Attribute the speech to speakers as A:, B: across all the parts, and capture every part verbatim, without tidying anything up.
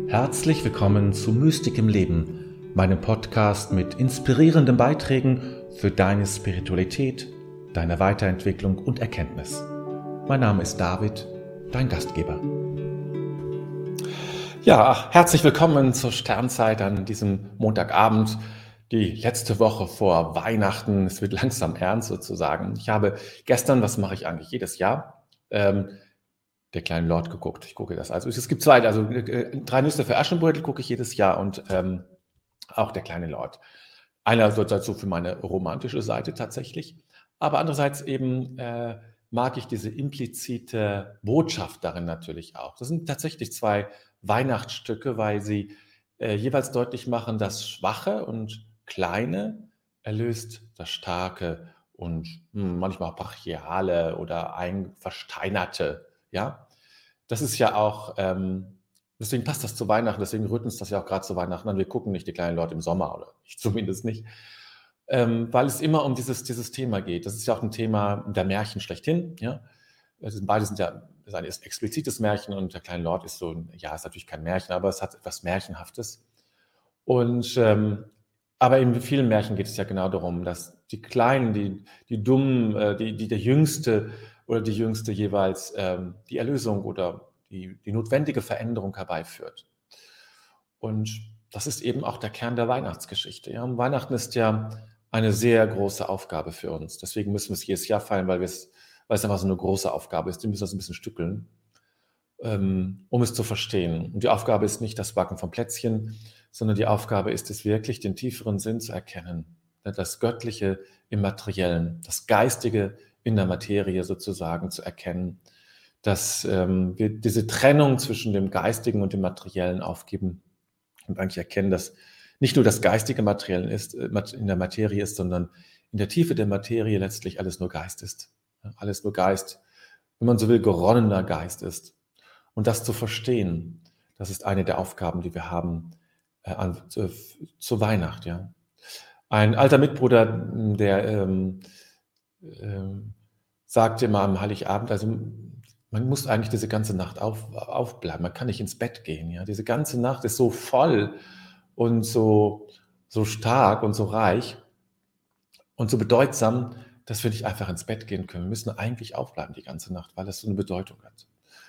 A: Herzlich willkommen zu Mystik im Leben, meinem Podcast mit inspirierenden Beiträgen für deine Spiritualität, deine Weiterentwicklung und Erkenntnis. Mein Name ist David, dein Gastgeber. Ja, herzlich willkommen zur Sternzeit an diesem Montagabend, die letzte Woche vor Weihnachten. Es wird langsam ernst sozusagen. Ich habe gestern, was mache ich eigentlich jedes Jahr, ähm, der kleine Lord geguckt. Ich gucke das. Also es gibt zwei, also äh, drei Nüsse für Aschenbrödel gucke ich jedes Jahr und ähm, auch der kleine Lord. Einerseits so für meine romantische Seite tatsächlich, aber andererseits eben äh, mag ich diese implizite Botschaft darin natürlich auch. Das sind tatsächlich zwei Weihnachtsstücke, weil sie äh, jeweils deutlich machen, das Schwache und Kleine erlöst das Starke und hm, manchmal auch brachiale oder ein Versteinerte. Ja, das ist ja auch, ähm, deswegen passt das zu Weihnachten, deswegen rührt uns das ja auch gerade zu Weihnachten an. Wir gucken nicht die kleinen Leute im Sommer oder ich zumindest nicht, ähm, weil es immer um dieses, dieses Thema geht. Das ist ja auch ein Thema der Märchen schlechthin. Ja, es sind, beide sind ja, das eine ist explizites Märchen und der kleine Lord ist so, ein, ja, ist natürlich kein Märchen, aber es hat etwas Märchenhaftes. Und ähm, aber in vielen Märchen geht es ja genau darum, dass die Kleinen, die, die Dummen, äh, die, die der Jüngste oder die Jüngste jeweils ähm, die Erlösung oder die, die notwendige Veränderung herbeiführt. Und das ist eben auch der Kern der Weihnachtsgeschichte. Ja? Und Weihnachten ist ja eine sehr große Aufgabe für uns. Deswegen müssen wir es jedes Jahr feiern, weil, wir es, weil es einfach so eine große Aufgabe ist. Wir müssen das ein bisschen stückeln, ähm, um es zu verstehen. Und die Aufgabe ist nicht das Backen von Plätzchen, sondern die Aufgabe ist es wirklich, den tieferen Sinn zu erkennen. Das Göttliche im Materiellen, das Geistige in der Materie sozusagen zu erkennen, dass ähm, wir diese Trennung zwischen dem Geistigen und dem Materiellen aufgeben und eigentlich erkennen, dass nicht nur das Geistige Materiell ist, äh, in der Materie ist, sondern in der Tiefe der Materie letztlich alles nur Geist ist. Ja, alles nur Geist, wenn man so will, geronnener Geist ist. Und das zu verstehen, das ist eine der Aufgaben, die wir haben äh, an, zu, zu Weihnacht. Ja. Ein alter Mitbruder, der ähm, ähm, sagte immer am Heiligabend, also man muss eigentlich diese ganze Nacht auf, aufbleiben, man kann nicht ins Bett gehen. Ja? Diese ganze Nacht ist so voll und so, so stark und so reich und so bedeutsam, dass wir nicht einfach ins Bett gehen können. Wir müssen eigentlich aufbleiben die ganze Nacht, weil es so eine Bedeutung hat.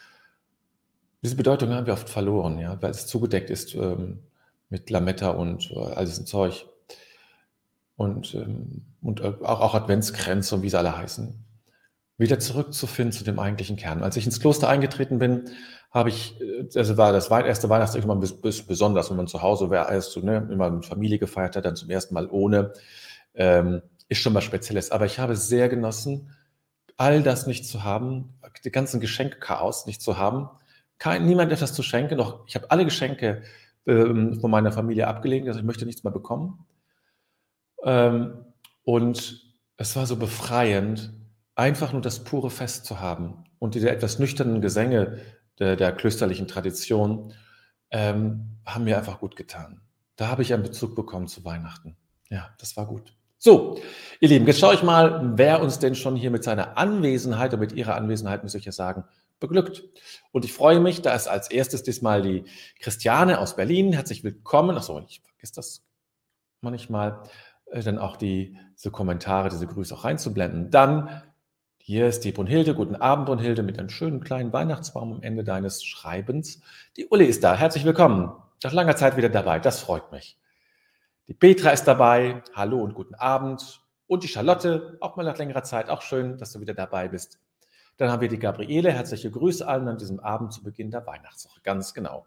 A: Diese Bedeutung haben wir oft verloren, ja? Weil es zugedeckt ist ähm, mit Lametta und äh, all diesem Zeug. Und, ähm, und auch, auch Adventskränze und wie sie alle heißen, wieder zurückzufinden zu dem eigentlichen Kern. Als ich ins Kloster eingetreten bin, habe ich, also war das erste Weihnachten immer ein bisschen besonders, wenn man zu Hause wäre, alles so, ne, immer mit Familie gefeiert hat, dann zum ersten Mal ohne, ähm, ist schon was Spezielles. Aber ich habe sehr genossen, all das nicht zu haben, den ganzen Geschenkchaos nicht zu haben, kein, niemand etwas zu schenken, noch, ich habe alle Geschenke ähm, von meiner Familie abgelehnt, also ich möchte nichts mehr bekommen. Ähm, und es war so befreiend, einfach nur das pure Fest zu haben und diese etwas nüchternen Gesänge der, der klösterlichen Tradition ähm, haben mir einfach gut getan. Da habe ich einen Bezug bekommen zu Weihnachten. Ja, das war gut. So, ihr Lieben, jetzt schaue ich mal, wer uns denn schon hier mit seiner Anwesenheit und mit ihrer Anwesenheit, muss ich ja sagen, beglückt. Und ich freue mich, da ist als erstes diesmal die Christiane aus Berlin. Herzlich willkommen. Achso, ich vergesse das manchmal, äh, dann auch die, diese Kommentare, diese Grüße auch reinzublenden. Dann, hier ist die Brunhilde. Guten Abend, Brunhilde, mit einem schönen kleinen Weihnachtsbaum am Ende deines Schreibens. Die Uli ist da. Herzlich willkommen. Nach langer Zeit wieder dabei. Das freut mich. Die Petra ist dabei. Hallo und guten Abend. Und die Charlotte, auch mal nach längerer Zeit. Auch schön, dass du wieder dabei bist. Dann haben wir die Gabriele. Herzliche Grüße allen an diesem Abend zu Beginn der Weihnachtswoche. Ganz genau.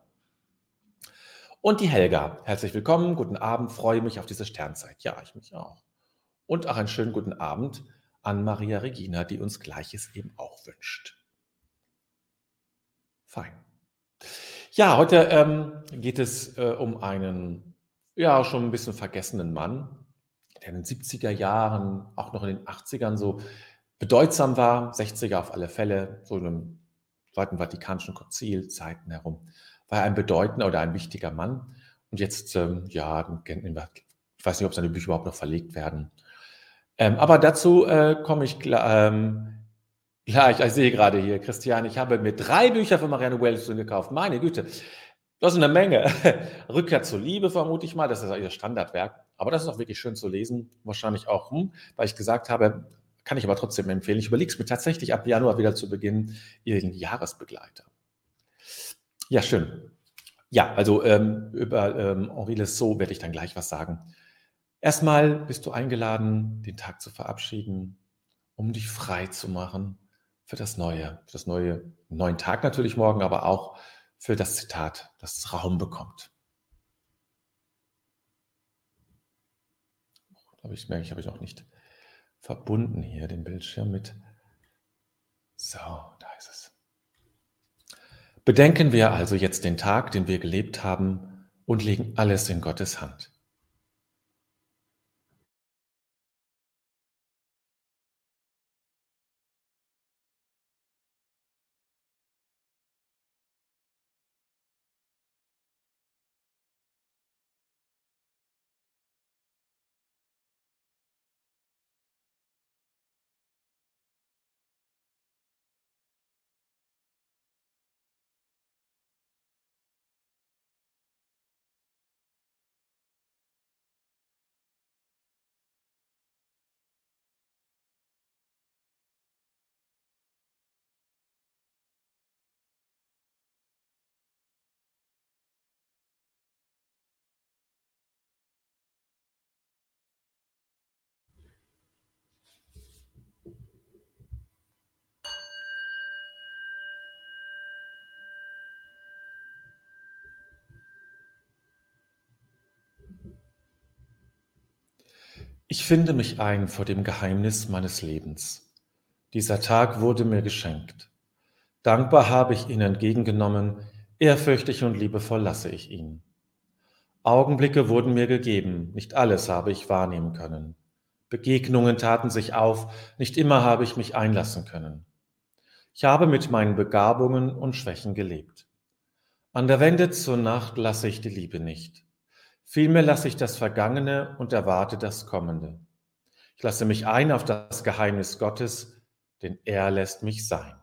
A: Und die Helga. Herzlich willkommen. Guten Abend. Freue mich auf diese Sternzeit. Ja, ich mich auch. Und auch einen schönen guten Abend an Maria Regina, die uns Gleiches eben auch wünscht. Fein. Ja, heute ähm, geht es äh, um einen, ja, schon ein bisschen vergessenen Mann, der in den siebziger Jahren, auch noch in den achtzigern so bedeutsam war, sechziger auf alle Fälle, so in einem Zweiten Vatikanischen Konzil, Zeiten herum, war er ein bedeutender oder ein wichtiger Mann. Und jetzt, ähm, ja, ich weiß nicht, ob seine Bücher überhaupt noch verlegt werden. Ähm, aber dazu äh, komme ich ähm, gleich. Ich sehe gerade hier, Christian, ich habe mir drei Bücher von Marianne Williamson gekauft. Meine Güte. Das ist eine Menge. Rückkehr zur Liebe vermute ich mal, das ist ja Ihr Standardwerk. Aber das ist auch wirklich schön zu lesen. Wahrscheinlich auch, hm, weil ich gesagt habe, kann ich aber trotzdem empfehlen. Ich überlege es mir tatsächlich ab Januar wieder zu beginnen, Ihren Jahresbegleiter. Ja, schön. Ja, also ähm, über ähm, Henri Lesseau werde ich dann gleich was sagen. Erstmal bist du eingeladen, den Tag zu verabschieden, um dich frei zu machen für das Neue, für das neue, neuen Tag natürlich morgen, aber auch für das Zitat, das Raum bekommt. Habe ich, merke ich, habe ich auch nicht verbunden hier den Bildschirm mit. So, da ist es. Bedenken wir also jetzt den Tag, den wir gelebt haben, und legen alles in Gottes Hand. Ich finde mich ein vor dem Geheimnis meines Lebens. Dieser Tag wurde mir geschenkt. Dankbar habe ich ihn entgegengenommen, ehrfürchtig und liebevoll lasse ich ihn. Augenblicke wurden mir gegeben, nicht alles habe ich wahrnehmen können. Begegnungen taten sich auf, nicht immer habe ich mich einlassen können. Ich habe mit meinen Begabungen und Schwächen gelebt. An der Wende zur Nacht lasse ich die Liebe nicht. Vielmehr lasse ich das Vergangene und erwarte das Kommende. Ich lasse mich ein auf das Geheimnis Gottes, denn er lässt mich sein.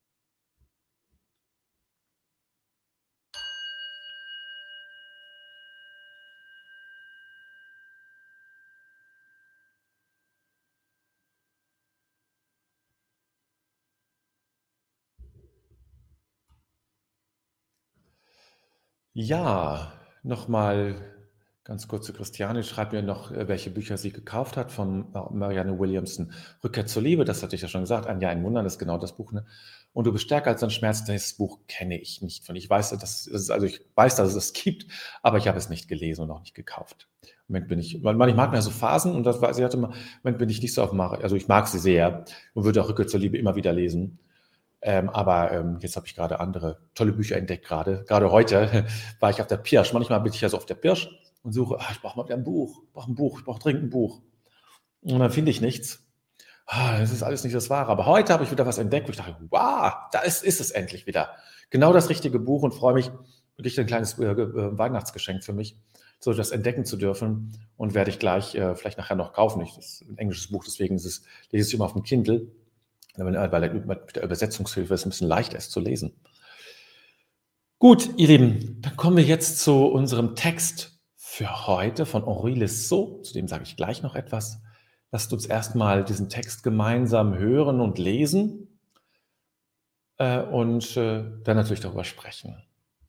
A: Ja, nochmal ganz kurz zu Christiane. Schreibt mir noch, äh, welche Bücher sie gekauft hat von äh, Marianne Williamson. Rückkehr zur Liebe, das hatte ich ja schon gesagt. Ein Jahr, ein Wunder, das ist genau das Buch. Ne? Und du bist stärker als ein Schmerz. Das Buch kenne ich nicht. Von ich weiß, dass es, also ich weiß, dass es es gibt, aber ich habe es nicht gelesen und auch nicht gekauft. Im Moment bin ich, weil ich mag mir so Phasen und das war, sie hatte mal, im Moment bin ich nicht so auf Mari, also ich mag sie sehr und würde auch Rückkehr zur Liebe immer wieder lesen. Ähm, aber ähm, jetzt habe ich gerade andere tolle Bücher entdeckt gerade. Gerade heute war ich auf der Pirsch. Manchmal bin ich ja so auf der Pirsch und suche, ah, ich brauche mal wieder ein Buch, ich brauche ein Buch, ich brauche dringend ein Buch. Und dann finde ich nichts. Ah, das ist alles nicht das Wahre. Aber heute habe ich wieder was entdeckt, wo ich dachte, wow, da ist, ist es endlich wieder. Genau das richtige Buch und freue mich, wirklich ein kleines äh, äh, Weihnachtsgeschenk für mich, so das entdecken zu dürfen. Und werde ich gleich äh, vielleicht nachher noch kaufen. Ich, das ist ein englisches Buch, deswegen ist es, lese ich immer auf dem Kindle. Weil mit der Übersetzungshilfe es ein bisschen leichter ist zu lesen. Gut, ihr Lieben, dann kommen wir jetzt zu unserem Text für heute von Henri Lesseau. Zu dem sage ich gleich noch etwas. Lasst uns erstmal diesen Text gemeinsam hören und lesen äh, und äh, dann natürlich darüber sprechen.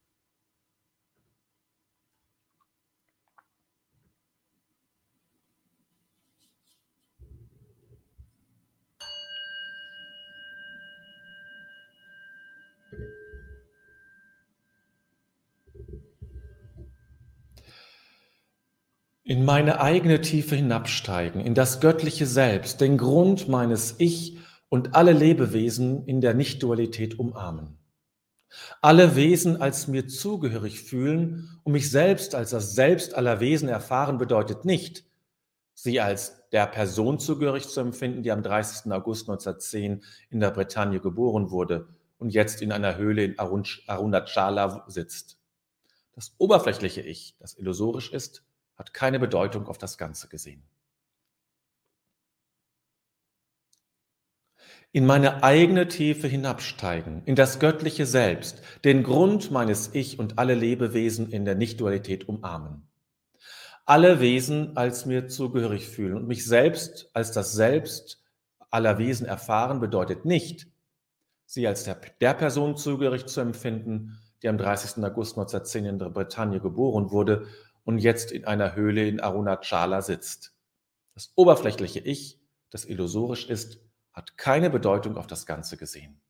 A: In meine eigene Tiefe hinabsteigen, in das göttliche Selbst, den Grund meines Ich und alle Lebewesen in der Nichtdualität umarmen. Alle Wesen als mir zugehörig fühlen und mich selbst als das Selbst aller Wesen erfahren, bedeutet nicht, sie als der Person zugehörig zu empfinden, die am dreißigsten August neunzehnhundertzehn in der Bretagne geboren wurde und jetzt in einer Höhle in Arunachala sitzt. Das oberflächliche Ich, das illusorisch ist, hat keine Bedeutung auf das Ganze gesehen. in meine eigene Tiefe hinabsteigen, in das göttliche Selbst, den Grund meines Ich und alle Lebewesen in der Nichtdualität umarmen. Alle Wesen als mir zugehörig fühlen und mich selbst als das Selbst aller Wesen erfahren, bedeutet nicht, sie als der, der Person zugehörig zu empfinden, die am dreißigsten August neunzehnhundertzehn in der Bretagne geboren wurde und jetzt in einer Höhle in Arunachala sitzt. Das oberflächliche Ich, das illusorisch ist, hat keine Bedeutung auf das Ganze gesehen.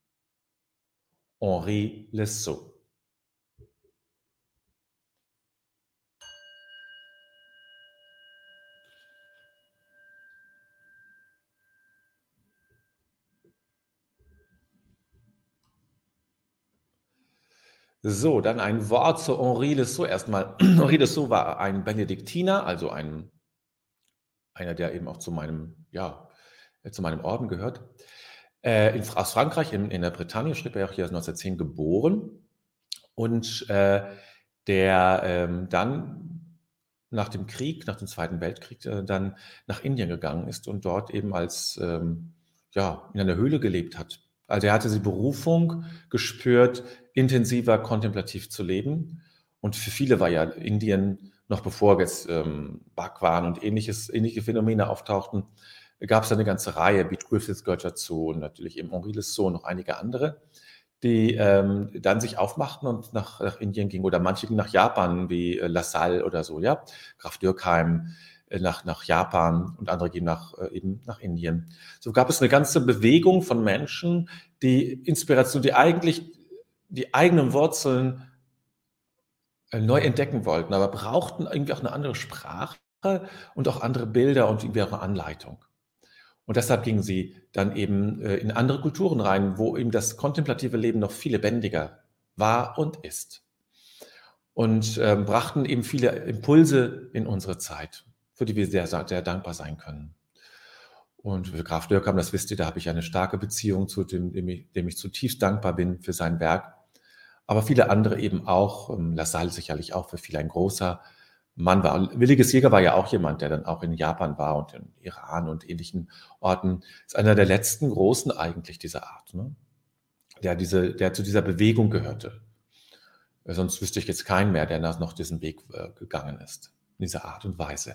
A: Henri Lesseau. So, dann ein Wort zu Henri Lesseau erstmal. Henri Lesseau war ein Benediktiner, also ein, einer, der eben auch zu meinem, ja, zu meinem Orden gehört. Äh, in, aus Frankreich, in, in der Bretagne, schrieb er auch hier neunzehnhundertzehn geboren. Und äh, der ähm, dann nach dem Krieg, nach dem Zweiten Weltkrieg, äh, dann nach Indien gegangen ist und dort eben als, ähm, ja, in einer Höhle gelebt hat. Also er hatte die Berufung gespürt, intensiver kontemplativ zu leben. Und für viele war ja Indien, noch bevor jetzt ähm, Bhagwan und ähnliches, ähnliche Phänomene auftauchten, gab es eine ganze Reihe, Beat Griffiths gehört dazu und natürlich eben Henri Lesseau und noch einige andere, die ähm, dann sich aufmachten und nach, nach Indien gingen oder manche gingen nach Japan, wie äh, Lassalle oder so, ja, Graf Dürkheim äh, nach, nach Japan und andere gehen nach, äh, eben nach Indien. So gab es eine ganze Bewegung von Menschen, die Inspiration, die eigentlich die eigenen Wurzeln äh, neu entdecken wollten, aber brauchten irgendwie auch eine andere Sprache und auch andere Bilder und irgendwie auch eine Anleitung. Und deshalb gingen sie dann eben äh, in andere Kulturen rein, wo eben das kontemplative Leben noch viel lebendiger war und ist. Und ähm, brachten eben viele Impulse in unsere Zeit, für die wir sehr, sehr dankbar sein können. Und für Graf Dürkheim, das wisst ihr, da habe ich eine starke Beziehung zu, dem, dem, ich, dem ich zutiefst dankbar bin für sein Werk. Aber viele andere eben auch, ähm, Lassalle sicherlich auch für viele ein großer Mann war. Williges Jäger war ja auch jemand, der dann auch in Japan war und in Iran und ähnlichen Orten. Ist einer der letzten Großen eigentlich dieser Art, ne? der, diese, der zu dieser Bewegung gehörte. Sonst wüsste ich jetzt keinen mehr, der noch diesen Weg äh, gegangen ist, in dieser Art und Weise.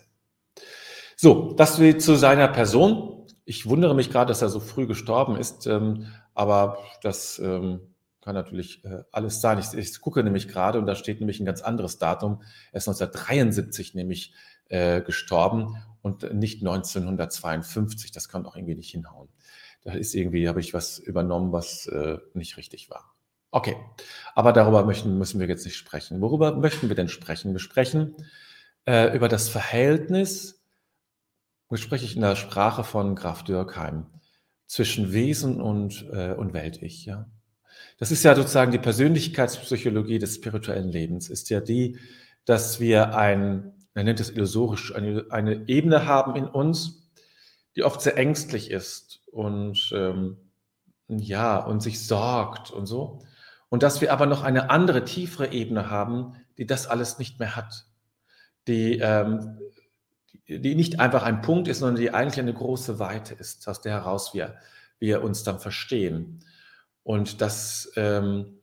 A: So, das zu seiner Person. Ich wundere mich gerade, dass er so früh gestorben ist, ähm, aber das ähm, kann natürlich äh, alles sein. Ich, ich gucke nämlich gerade und da steht nämlich ein ganz anderes Datum. Er ist neunzehnhundertdreiundsiebzig nämlich äh, gestorben und nicht neunzehnhundertzweiundfünfzig. Das kann auch irgendwie nicht hinhauen. Da ist irgendwie, habe ich was übernommen, was äh, nicht richtig war. Okay, aber darüber möchten, müssen wir jetzt nicht sprechen. Worüber möchten wir denn sprechen? Wir sprechen äh, über das Verhältnis, das spreche ich in der Sprache von Graf Dürkheim, zwischen Wesen und, äh, und Welt-Ich. Ja? Das ist ja sozusagen die Persönlichkeitspsychologie des spirituellen Lebens, ist ja die, dass wir ein, er nennt es illusorisch, eine, eine Ebene haben in uns, die oft sehr ängstlich ist und ähm, ja, und sich sorgt und so. Und dass wir aber noch eine andere, tiefere Ebene haben, die das alles nicht mehr hat, die, ähm, die nicht einfach ein Punkt ist, sondern die eigentlich eine große Weite ist, aus der heraus wir, wir uns dann verstehen. Und das, ähm,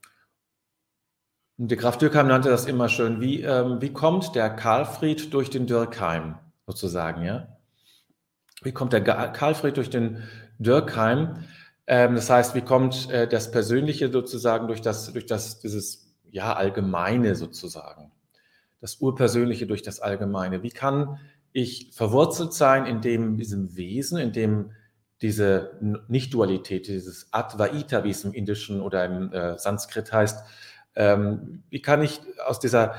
A: der Graf Dürkheim nannte das immer schön, wie, ähm, wie kommt der Karlfried durch den Dürkheim, sozusagen, ja? Wie kommt der Karlfried durch den Dürkheim? Ähm, das heißt, wie kommt äh, das Persönliche sozusagen durch das, durch das, dieses, ja, Allgemeine sozusagen? Das Urpersönliche durch das Allgemeine. Wie kann ich verwurzelt sein in dem, diesem Wesen, in dem diese Nicht-Dualität, dieses Advaita, wie es im Indischen oder im äh, Sanskrit heißt, ähm, wie kann ich aus dieser,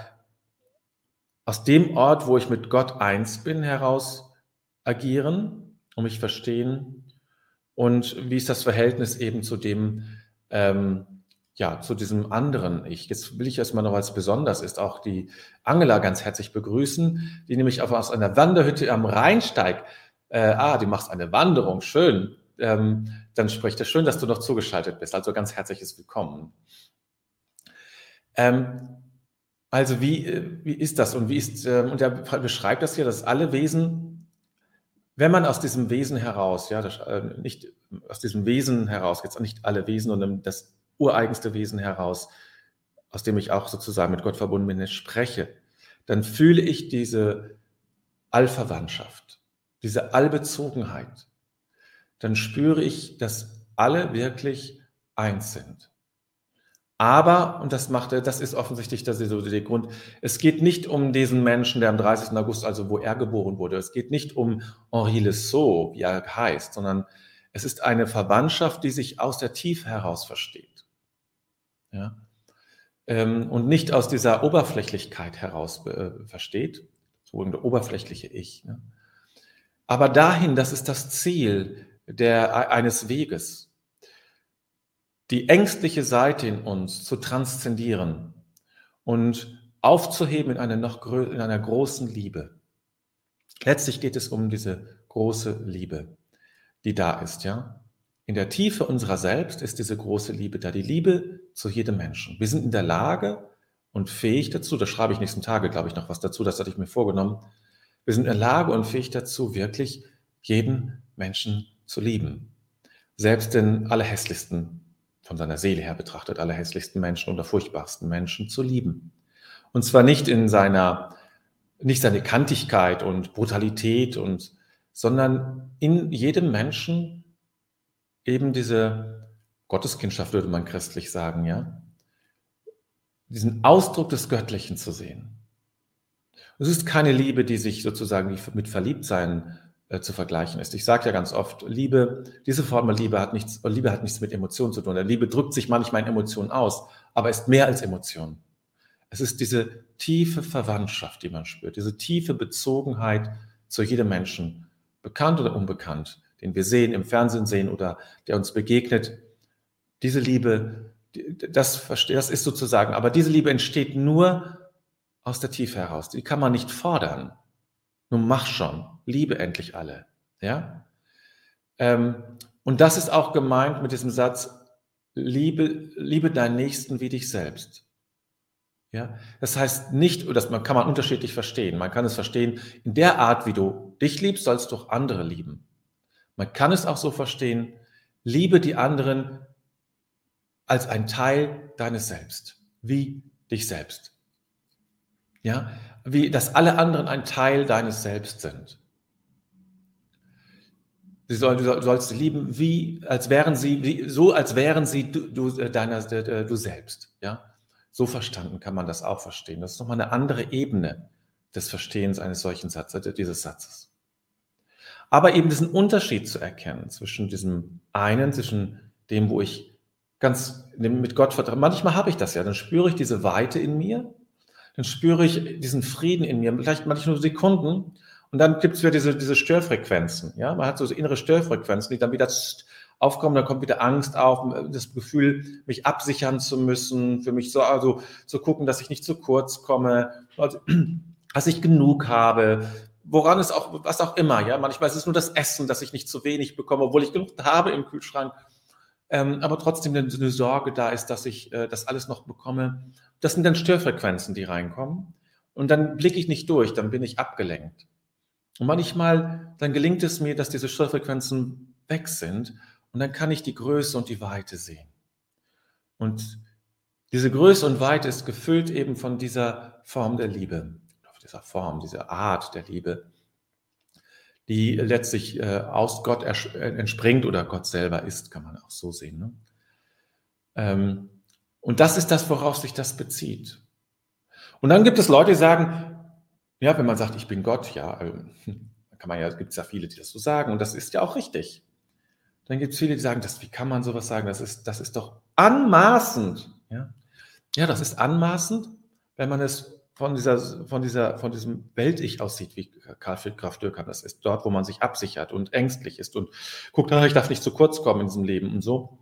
A: aus dem Ort, wo ich mit Gott eins bin, heraus agieren und mich verstehen? Und wie ist das Verhältnis eben zu dem, ähm, ja, zu diesem anderen Ich? Jetzt will ich erstmal noch, als besonders ist, auch die Angela ganz herzlich begrüßen, die nämlich auch aus einer Wanderhütte am Rheinsteig, äh, ah, du machst eine Wanderung, schön. Ähm, dann spricht es schön, dass du noch zugeschaltet bist. Also ganz herzliches Willkommen. Ähm, also wie, äh, wie ist das und wie ist, äh, und er beschreibt das hier, dass alle Wesen wenn man aus diesem Wesen heraus, ja, das, äh, nicht aus diesem Wesen heraus, jetzt nicht alle Wesen, sondern das ureigenste Wesen heraus, aus dem ich auch sozusagen mit Gott verbunden bin, spreche, dann fühle ich diese Allverwandtschaft, diese Allbezogenheit. Dann spüre ich, dass alle wirklich eins sind. Aber, und das macht er, das ist offensichtlich das ist so der Grund, es geht nicht um diesen Menschen, der am dreißigsten August, also wo er geboren wurde, es geht nicht um Henri Le Sceau, wie er heißt, sondern es ist eine Verwandtschaft, die sich aus der Tiefe heraus versteht. Ja? Ähm, und nicht aus dieser Oberflächlichkeit heraus äh, versteht, so der oberflächliche Ich. Ne? Aber dahin, das ist das Ziel der, eines Weges, die ängstliche Seite in uns zu transzendieren und aufzuheben in, eine noch grö- in einer großen Liebe. Letztlich geht es um diese große Liebe, die da ist, ja. In der Tiefe unserer selbst ist diese große Liebe da, die Liebe zu jedem Menschen. Wir sind in der Lage und fähig dazu, da schreibe ich nächsten Tage, glaube ich, noch was dazu, das hatte ich mir vorgenommen, wir sind in der Lage und fähig dazu, wirklich jeden Menschen zu lieben. Selbst den allerhässlichsten, von seiner Seele her betrachtet, allerhässlichsten Menschen oder furchtbarsten Menschen zu lieben. Und zwar nicht in seiner, nicht seine Kantigkeit und Brutalität und, sondern in jedem Menschen eben diese Gotteskindschaft, würde man christlich sagen, ja, diesen Ausdruck des Göttlichen zu sehen. Es ist keine Liebe, die sich sozusagen mit Verliebtsein äh, zu vergleichen ist. Ich sage ja ganz oft, Liebe, diese Form der Liebe hat nichts, Liebe hat nichts mit Emotionen zu tun. Liebe drückt sich manchmal in Emotionen aus, aber ist mehr als Emotion. Es ist diese tiefe Verwandtschaft, die man spürt, diese tiefe Bezogenheit zu jedem Menschen, bekannt oder unbekannt, den wir sehen, im Fernsehen sehen oder der uns begegnet. Diese Liebe, das, das ist sozusagen, aber diese Liebe entsteht nur aus der Tiefe heraus. Die kann man nicht fordern. Nun mach schon, liebe endlich alle. Ja? Ähm, und das ist auch gemeint mit diesem Satz, liebe, liebe deinen Nächsten wie dich selbst. Ja? Das heißt nicht, das kann man unterschiedlich verstehen. Man kann es verstehen, in der Art, wie du dich liebst, sollst du auch andere lieben. Man kann es auch so verstehen, liebe die anderen als ein Teil deines Selbst, wie dich selbst. Ja, wie, dass alle anderen ein Teil deines Selbst sind. Sie soll, du sollst sie lieben, wie, als wären sie, wie, so als wären sie du, du, deiner, du selbst. Ja, so verstanden kann man das auch verstehen. Das ist nochmal eine andere Ebene des Verstehens eines solchen Satzes, dieses Satzes. Aber eben diesen Unterschied zu erkennen zwischen diesem einen, zwischen dem, wo ich ganz mit Gott vertraue. Manchmal habe ich das ja, dann spüre ich diese Weite in mir. Dann spüre ich diesen Frieden in mir, vielleicht manchmal nur Sekunden. Und dann gibt es wieder diese, diese Störfrequenzen. Ja? Man hat so innere Störfrequenzen, die dann wieder aufkommen, dann kommt wieder Angst auf, das Gefühl, mich absichern zu müssen, für mich so, also zu gucken, dass ich nicht zu kurz komme, also, dass ich genug habe, woran es auch, was auch immer. Ja? Manchmal ist es nur das Essen, dass ich nicht zu wenig bekomme, obwohl ich genug habe im Kühlschrank. Ähm, aber trotzdem eine, eine Sorge da ist, dass ich äh, das alles noch bekomme. Das sind dann Störfrequenzen, die reinkommen. Und dann blicke ich nicht durch, dann bin ich abgelenkt. Und manchmal, dann gelingt es mir, dass diese Störfrequenzen weg sind und dann kann ich die Größe und die Weite sehen. Und diese Größe und Weite ist gefüllt eben von dieser Form der Liebe, dieser Form, dieser Art der Liebe, die letztlich äh, aus Gott entspringt oder Gott selber ist, kann man auch so sehen. Ne? Ähm, und das ist das, worauf sich das bezieht. Und dann gibt es Leute, die sagen, ja, wenn man sagt, ich bin Gott, ja, äh, kann man ja, gibt es ja viele, die das so sagen, und das ist ja auch richtig. Dann gibt es viele, die sagen, das, wie kann man sowas sagen? Das ist, das ist doch anmaßend. Ja? ja, das ist anmaßend, wenn man es von, dieser, von, dieser, von diesem Welt-Ich aussieht, wie Karl Graf Dürkheim das ist, dort, wo man sich absichert und ängstlich ist und guckt, ah, ich darf nicht zu kurz kommen in diesem Leben und so.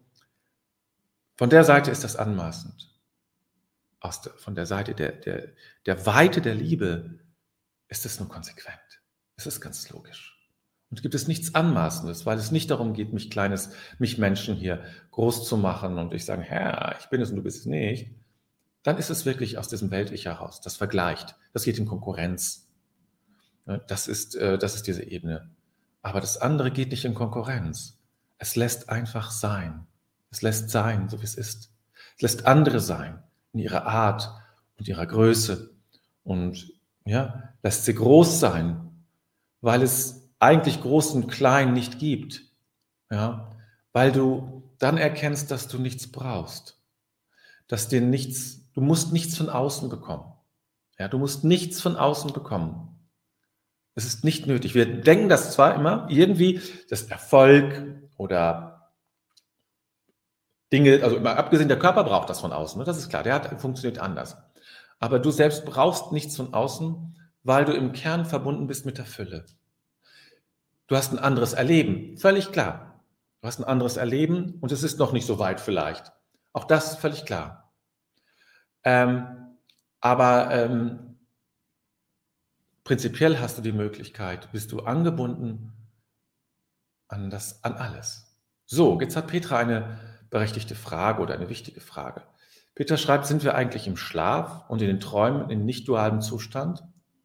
A: Von der Seite ist das anmaßend. Aus der, von der Seite der, der, der Weite der Liebe ist es nur konsequent. Es ist ganz logisch. Und gibt es nichts Anmaßendes, weil es nicht darum geht, mich kleines, mich Menschen hier groß zu machen und ich sage, Herr, ich bin es und du bist es nicht. Dann ist es wirklich aus diesem Welt-Ich heraus. Das vergleicht. Das geht in Konkurrenz. Das ist, das ist diese Ebene. aber das andere geht nicht in Konkurrenz. Es lässt einfach sein. Es lässt sein, so wie es ist. Es lässt andere sein, in ihrer Art und ihrer Größe und ja, lässt sie groß sein, weil es eigentlich groß und klein nicht gibt. Ja, weil du dann erkennst, dass du nichts brauchst, dass dir nichts, du musst nichts von außen bekommen. Ja, du musst nichts von außen bekommen. Es ist nicht nötig. Wir denken das zwar immer irgendwie, dass Erfolg oder Dinge, also mal abgesehen, der Körper braucht das von außen, ne? Das ist klar, der hat, funktioniert anders. Aber du selbst brauchst nichts von außen, weil du im Kern verbunden bist mit der Fülle. Du hast ein anderes Erleben, völlig klar. Du hast ein anderes Erleben und es ist noch nicht so weit vielleicht. Auch das ist völlig klar. Ähm, aber ähm, prinzipiell hast du die Möglichkeit, bist du angebunden an das, an alles. So, jetzt hat Petra eine berechtigte Frage oder eine wichtige Frage. Petra schreibt, sind wir eigentlich im Schlaf und in den Träumen in nicht-dualem Zustand?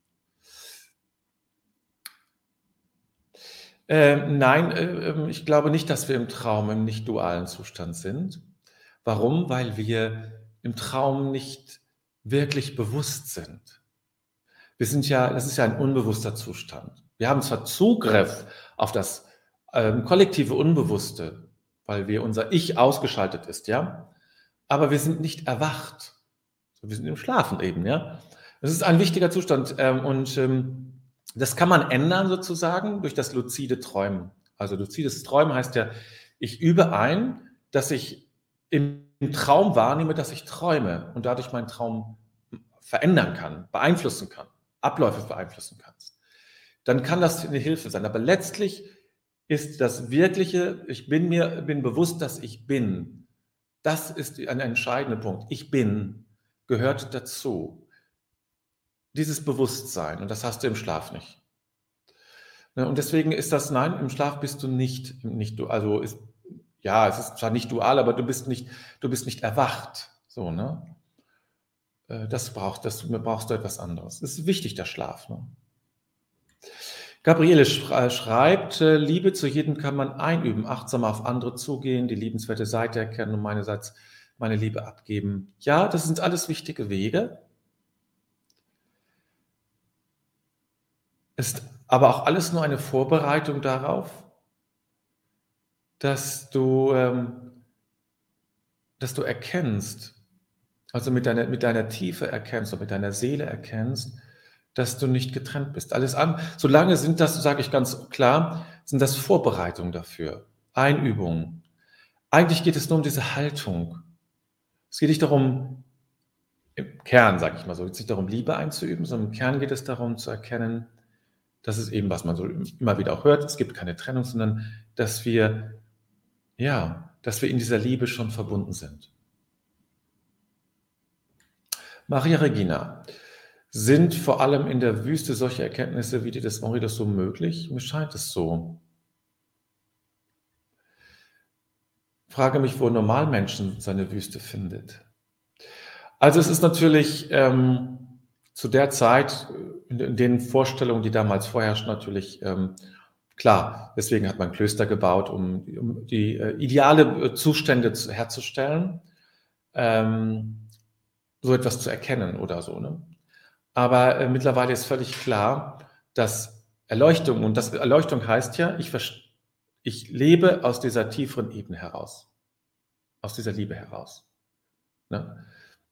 A: Äh, nein, äh, ich glaube nicht, dass wir im Traum im nicht-dualen Zustand sind. Warum? Weil wir im Traum nicht wirklich bewusst sind. Wir sind ja, das ist ja ein unbewusster Zustand. Wir haben zwar Zugriff auf das ähm, kollektive Unbewusste, weil wir unser Ich ausgeschaltet ist, ja, aber wir sind nicht erwacht. Wir sind im Schlafen eben, ja. Das ist ein wichtiger Zustand ähm, und ähm, das kann man ändern sozusagen durch das luzide Träumen. Also luzides Träumen heißt ja, ich übe ein, dass ich im Traum wahrnehme, dass ich träume und dadurch meinen Traum verändern kann, beeinflussen kann, Abläufe beeinflussen kann. Dann kann das eine Hilfe sein. Aber letztlich ist das Wirkliche, ich bin mir bin bewusst, dass ich bin. Das ist ein entscheidender Punkt. Ich bin gehört dazu. Dieses Bewusstsein, und das hast du im Schlaf nicht. Ne, und deswegen ist das, nein, im Schlaf bist du nicht, nicht du, also ist, ja, es ist zwar nicht dual, aber du bist nicht, du bist nicht erwacht. So, ne? Das braucht, das brauchst du etwas anderes. Es ist wichtig, der Schlaf. Ne? Gabriele schreibt, Liebe zu jedem kann man einüben, achtsam auf andere zugehen, die liebenswerte Seite erkennen und meinerseits meine Liebe abgeben. Ja, das sind alles wichtige Wege. Ist aber auch alles nur eine Vorbereitung darauf, dass du, ähm, dass du erkennst, also mit deiner, mit deiner Tiefe erkennst und mit deiner Seele erkennst, dass du nicht getrennt bist. Alles an, solange sind das, sage ich ganz klar, sind das Vorbereitungen dafür, Einübungen. Eigentlich geht es nur um diese Haltung. Es geht nicht darum, im Kern, sage ich mal so, es geht nicht darum, Liebe einzuüben, sondern im Kern geht es darum zu erkennen, das ist eben, was man so immer wieder auch hört, es gibt keine Trennung, sondern dass wir, ja, dass wir in dieser Liebe schon verbunden sind. Maria Regina, sind vor allem in der Wüste solche Erkenntnisse wie die des Mauritius so möglich? Mir scheint es so. Frage mich, wo ein Normalmenschen seine Wüste findet. Also es ist natürlich ähm, zu der Zeit, in, in den Vorstellungen, die damals vorherrschen, natürlich ähm, klar. Deswegen hat man Klöster gebaut, um, um die äh, ideale Zustände zu, herzustellen, ähm, so etwas zu erkennen oder so. Ne? Aber äh, mittlerweile ist völlig klar, dass Erleuchtung, und das Erleuchtung heißt ja, ich, ich lebe aus dieser tieferen Ebene heraus, aus dieser Liebe heraus. Ne?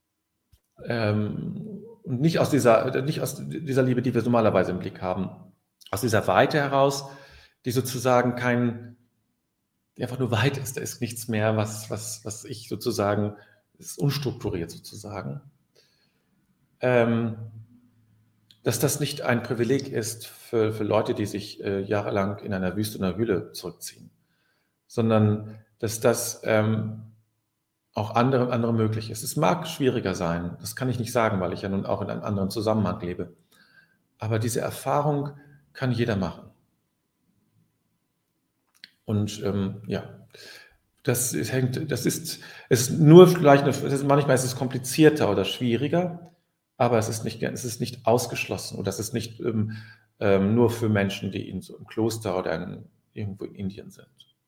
A: Ähm, und nicht aus dieser, nicht aus dieser Liebe, die wir normalerweise im Blick haben, aus dieser Weite heraus, die sozusagen kein, die einfach nur weit ist, da ist nichts mehr, was, was, was ich sozusagen, ist unstrukturiert sozusagen. Ähm, dass das nicht ein Privileg ist für, für Leute, die sich äh, jahrelang in einer Wüste oder Höhle zurückziehen, sondern dass das ähm, auch andere, andere möglich ist. Es mag schwieriger sein, das kann ich nicht sagen, weil ich ja nun auch in einem anderen Zusammenhang lebe. Aber diese Erfahrung kann jeder machen. Und ähm, ja, das ist, hängt, das ist, ist nur vielleicht, eine, ist, manchmal ist es komplizierter oder schwieriger, aber es ist nicht, es ist nicht ausgeschlossen oder es ist nicht ähm, ähm, nur für Menschen, die in so im Kloster oder in, irgendwo in Indien sind.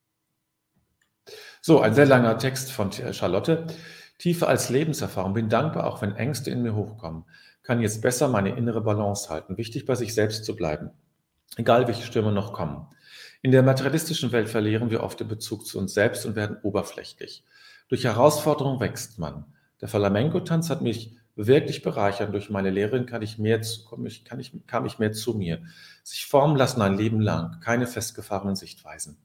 A: So, ein sehr langer Text von Charlotte. Tiefer als Lebenserfahrung. Bin dankbar, auch wenn Ängste in mir hochkommen. Kann jetzt besser meine innere Balance halten. Wichtig, bei sich selbst zu bleiben. Egal, welche Stürme noch kommen. In der materialistischen Welt verlieren wir oft den Bezug zu uns selbst und werden oberflächlich. Durch Herausforderungen wächst man. Der Flamenco-Tanz hat mich wirklich bereichert. Durch meine Lehrerin kann ich mehr zu, komm ich, kann ich, kam ich mehr zu mir. Sich formen lassen ein Leben lang. Keine festgefahrenen Sichtweisen.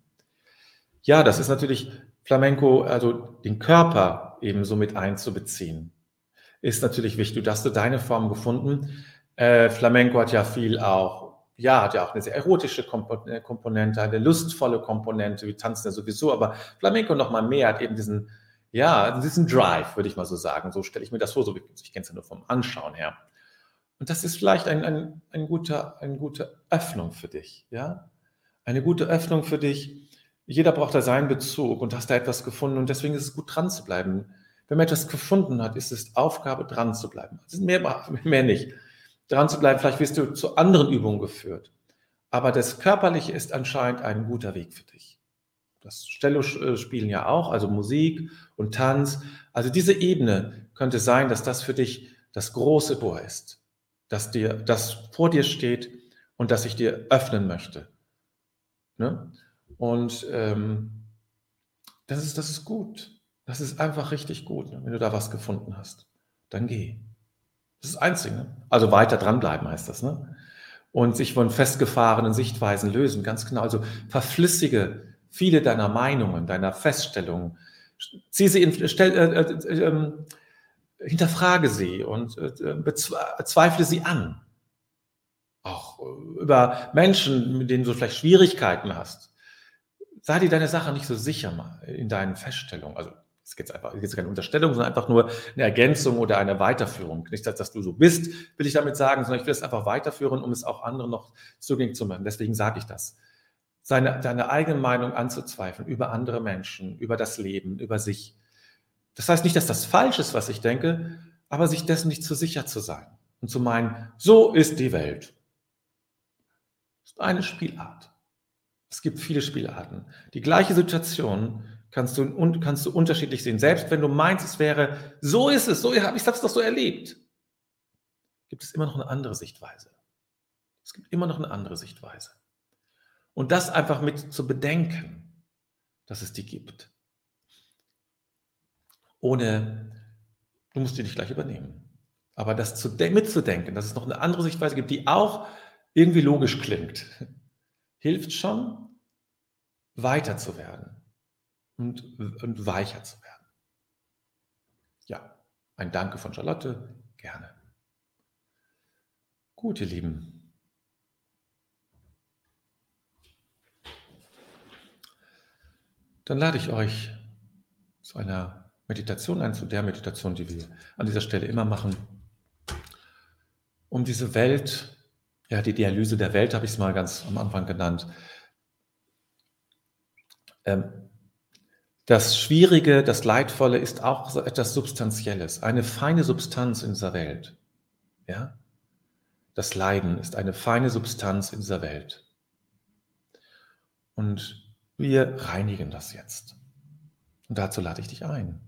A: Ja, das ist natürlich Flamenco, also den Körper eben so mit einzubeziehen, ist natürlich wichtig. Du hast du deine Form gefunden. Äh, Flamenco hat ja viel auch, ja, hat ja auch eine sehr erotische Komponente, eine lustvolle Komponente. Wir tanzen ja sowieso, aber Flamenco noch mal mehr hat eben diesen, ja, diesen Drive, würde ich mal so sagen. So stelle ich mir das vor. So, ich kenne es ja nur vom Anschauen her. Und das ist vielleicht ein, ein, ein guter, eine gute Öffnung für dich, ja, eine gute Öffnung für dich. Jeder braucht da seinen Bezug und hast da etwas gefunden und deswegen ist es gut, dran zu bleiben. Wenn man etwas gefunden hat, ist es Aufgabe, dran zu bleiben. Es ist mehr, mehr nicht. Dran zu bleiben, vielleicht wirst du zu anderen Übungen geführt. Aber das Körperliche ist anscheinend ein guter Weg für dich. Das Cello-Spielen ja auch, also Musik und Tanz. Also diese Ebene könnte sein, dass das für dich das große Ohr ist, dass dir, das vor dir steht und das ich dir öffnen möchte. Ne? Und ähm, das ist, das ist gut. Das ist einfach richtig gut, ne? Wenn du da was gefunden hast. Dann geh. Das ist das Einzige. Ne? Also weiter dranbleiben heißt das. Ne? Und sich von festgefahrenen Sichtweisen lösen, ganz genau. Also verflüssige viele deiner Meinungen, deiner Feststellungen. Zieh sie in, stell, äh, äh, äh, hinterfrage sie und äh, bezweifle sie an. Auch über Menschen, mit denen du vielleicht Schwierigkeiten hast. Sei dir deine Sache nicht so sicher mal in deinen Feststellungen. Also es geht einfach, es geht keine Unterstellung, sondern einfach nur eine Ergänzung oder eine Weiterführung. Nicht, dass, dass du so bist, will ich damit sagen, sondern ich will es einfach weiterführen, um es auch anderen noch zugänglich zu machen. Deswegen sage ich das. Seine, deine eigene Meinung anzuzweifeln über andere Menschen, über das Leben, über sich. Das heißt nicht, dass das falsch ist, was ich denke, aber sich dessen nicht zu sicher zu sein und zu meinen, so ist die Welt. Das ist eine Spielart. Es gibt viele Spielarten. Die gleiche Situation kannst du, un, kannst du unterschiedlich sehen. Selbst wenn du meinst, es wäre, so ist es, so habe ich es doch so erlebt, gibt es immer noch eine andere Sichtweise. Es gibt immer noch eine andere Sichtweise. Und das einfach mit zu bedenken, dass es die gibt. Ohne, du musst die nicht gleich übernehmen. Aber das zu, mitzudenken, dass es noch eine andere Sichtweise gibt, die auch irgendwie logisch klingt, hilft schon, weiter zu werden. Und, und weicher zu werden. Ja, ein Danke von Charlotte, gerne. Gut, ihr Lieben. Dann lade ich euch zu einer Meditation ein, zu der Meditation, die wir an dieser Stelle immer machen, um diese Welt, ja, die Dialyse der Welt habe ich es mal ganz am Anfang genannt, ähm, das Schwierige, das Leidvolle ist auch so etwas Substanzielles, eine feine Substanz in dieser Welt. Ja? Das Leiden ist eine feine Substanz in dieser Welt. Und wir reinigen das jetzt. Und dazu lade ich dich ein.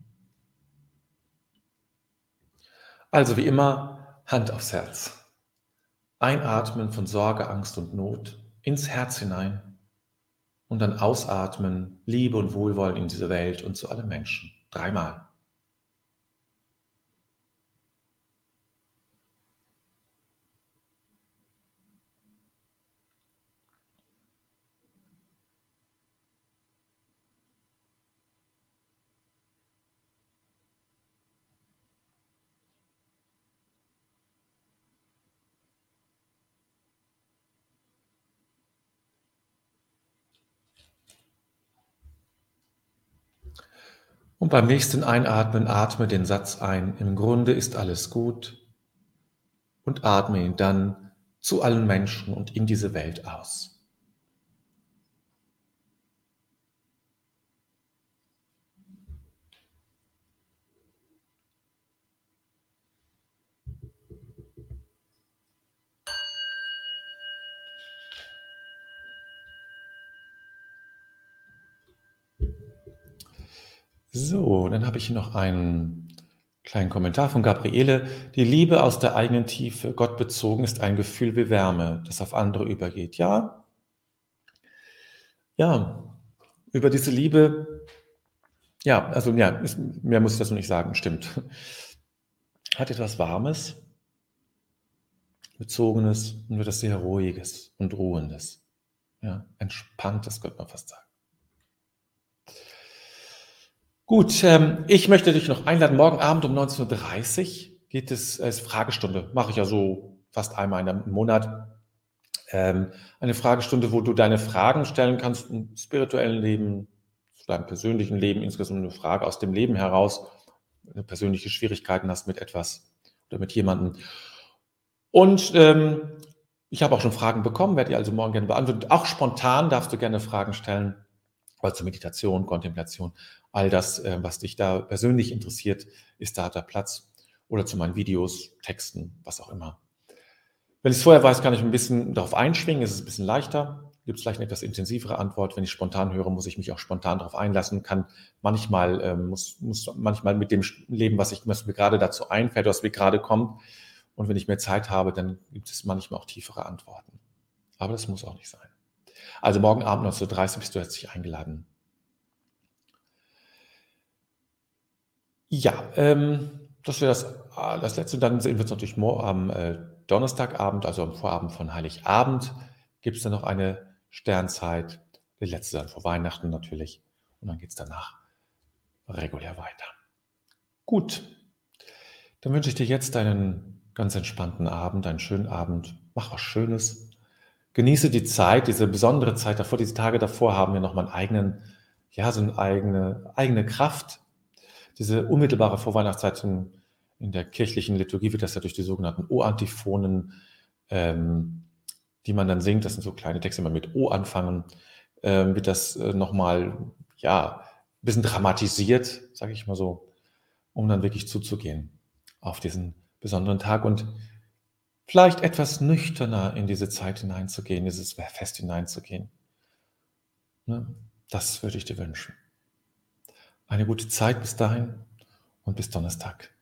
A: Also wie immer, Hand aufs Herz. Einatmen von Sorge, Angst und Not ins Herz hinein. Und dann ausatmen, Liebe und Wohlwollen in diese Welt und zu allen Menschen. Dreimal. Und beim nächsten Einatmen atme den Satz ein, im Grunde ist alles gut, und atme ihn dann zu allen Menschen und in diese Welt aus. So, dann habe ich hier noch einen kleinen Kommentar von Gabriele. Die Liebe aus der eigenen Tiefe, Gott bezogen, ist ein Gefühl wie Wärme, das auf andere übergeht. Ja, ja, über diese Liebe, ja, also ja, ist, mehr muss ich dazu nicht sagen, stimmt. Hat etwas Warmes, Bezogenes und etwas sehr Ruhiges und Ruhendes. Ja, Entspanntes, könnte man fast sagen. Gut, ähm, ich möchte dich noch einladen. Morgen Abend um neunzehn Uhr dreißig geht es als Fragestunde. Mache ich ja so fast einmal im Monat. Ähm, eine Fragestunde, wo du deine Fragen stellen kannst im spirituellen Leben, zu deinem persönlichen Leben, insgesamt eine Frage aus dem Leben heraus, wenn du persönliche Schwierigkeiten hast mit etwas oder mit jemandem. Und ähm, ich habe auch schon Fragen bekommen, werde die also morgen gerne beantworten. Auch spontan darfst du gerne Fragen stellen, weil zur Meditation, Kontemplation, all das, äh, was dich da persönlich interessiert, ist da der Platz. Oder zu meinen Videos, Texten, was auch immer. Wenn ich es vorher weiß, kann ich ein bisschen darauf einschwingen, ist es ein bisschen leichter, gibt es vielleicht eine etwas intensivere Antwort. Wenn ich spontan höre, muss ich mich auch spontan darauf einlassen, kann manchmal, ähm, muss, muss manchmal mit dem leben, was, ich, was mir gerade dazu einfällt, was mir gerade kommt. Und wenn ich mehr Zeit habe, dann gibt es manchmal auch tiefere Antworten. Aber das muss auch nicht sein. Also morgen Abend neunzehn Uhr dreißig bist du herzlich eingeladen. Ja, ähm, das wäre das, äh, das Letzte. Dann sehen wir uns natürlich morgen am äh, Donnerstagabend, also am Vorabend von Heiligabend, gibt es dann noch eine Sternzeit. Die letzte dann vor Weihnachten natürlich. Und dann geht es danach regulär weiter. Gut, dann wünsche ich dir jetzt einen ganz entspannten Abend, einen schönen Abend. Mach was Schönes. Genieße die Zeit, diese besondere Zeit davor. Diese Tage davor haben wir nochmal einen eigenen, ja, so eine eigene, eigene Kraft. Diese unmittelbare Vorweihnachtszeit in, in der kirchlichen Liturgie wird das ja durch die sogenannten O-Antiphonen, ähm, die man dann singt, das sind so kleine Texte, die immer mit O anfangen, ähm, wird das äh, nochmal, ja, ein bisschen dramatisiert, sage ich mal so, um dann wirklich zuzugehen auf diesen besonderen Tag und vielleicht etwas nüchterner in diese Zeit hineinzugehen, dieses Fest hineinzugehen. Ne? Das würde ich dir wünschen. Eine gute Zeit bis dahin und bis Donnerstag.